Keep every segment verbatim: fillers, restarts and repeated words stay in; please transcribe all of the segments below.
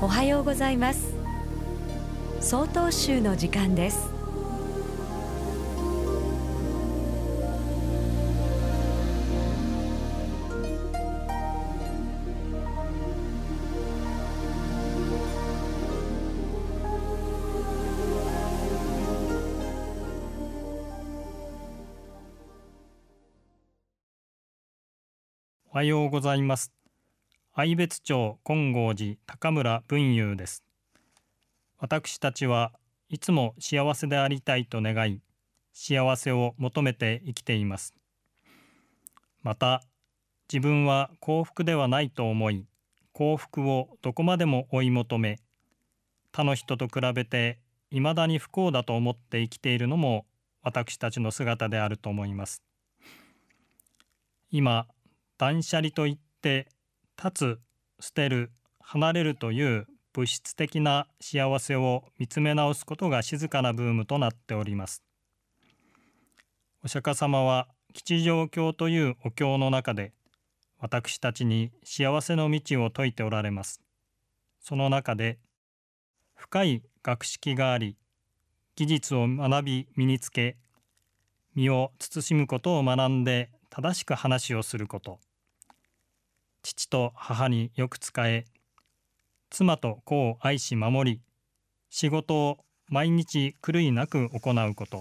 おはようございます。曹洞宗の時間です。 おはようございます。愛別町金剛寺高村文雄です。私たちはいつも幸せでありたいと願い、幸せを求めて生きています。また、自分は幸福ではないと思い、幸福をどこまでも追い求め、他の人と比べて未だに不幸だと思って生きているのも私たちの姿であると思います。今、断捨離といって立つ、捨てる、離れるという物質的な幸せを見つめ直すことが静かなブームとなっております。お釈迦様は吉祥経というお経の中で私たちに幸せの道を説いておられます。その中で深い学識があり、技術を学び身につけ、身を慎むことを学んで正しく話をすること、父と母によく仕え、妻と子を愛し守り、仕事を毎日狂いなく行うこと、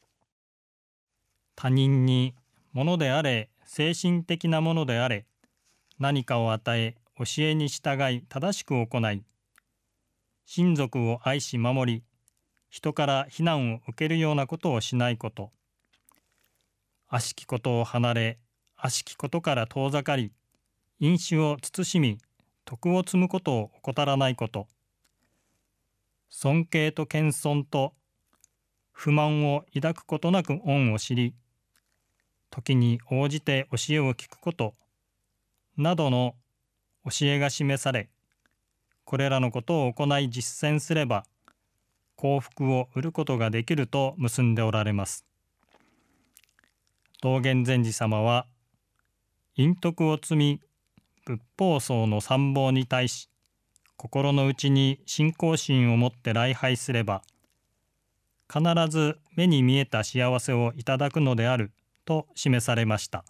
他人に物であれ、精神的なものであれ、何かを与え、教えに従い正しく行い、親族を愛し守り、人から非難を受けるようなことをしないこと、悪しきことを離れ、悪しきことから遠ざかり、飲酒を慎み、徳を積むことを怠らないこと、尊敬と謙遜と不満を抱くことなく恩を知り、時に応じて教えを聞くことなどの教えが示され、これらのことを行い実践すれば、幸福を得ることができると結んでおられます。道元禅師様は、陰徳を積み、仏法僧の参謀に対し、心の内に信仰心を持って礼拝すれば、必ず目に見えた幸せをいただくのであると示されました。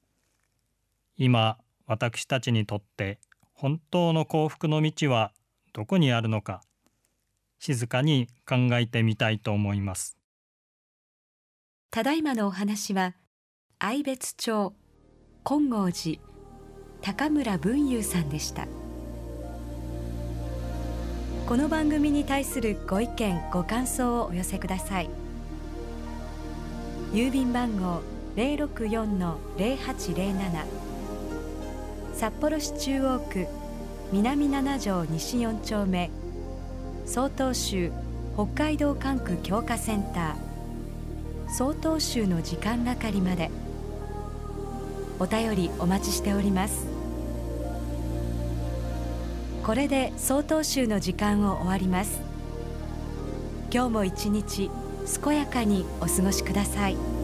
今、私たちにとって本当の幸福の道はどこにあるのか、静かに考えてみたいと思います。 ただいまのお話は、愛別町金剛寺高村文雄さんでした。この番組に対するご意見ご感想をお寄せください。郵便番号 ゼロろくよんのゼロはちゼロなな、 札幌市中央区南なな条西よん丁目、曹洞宗北海道管区教化センター曹洞宗の時間係まで。お便りお待ちしております。これで曹洞宗の時間を終わります。今日も一日健やかにお過ごしください。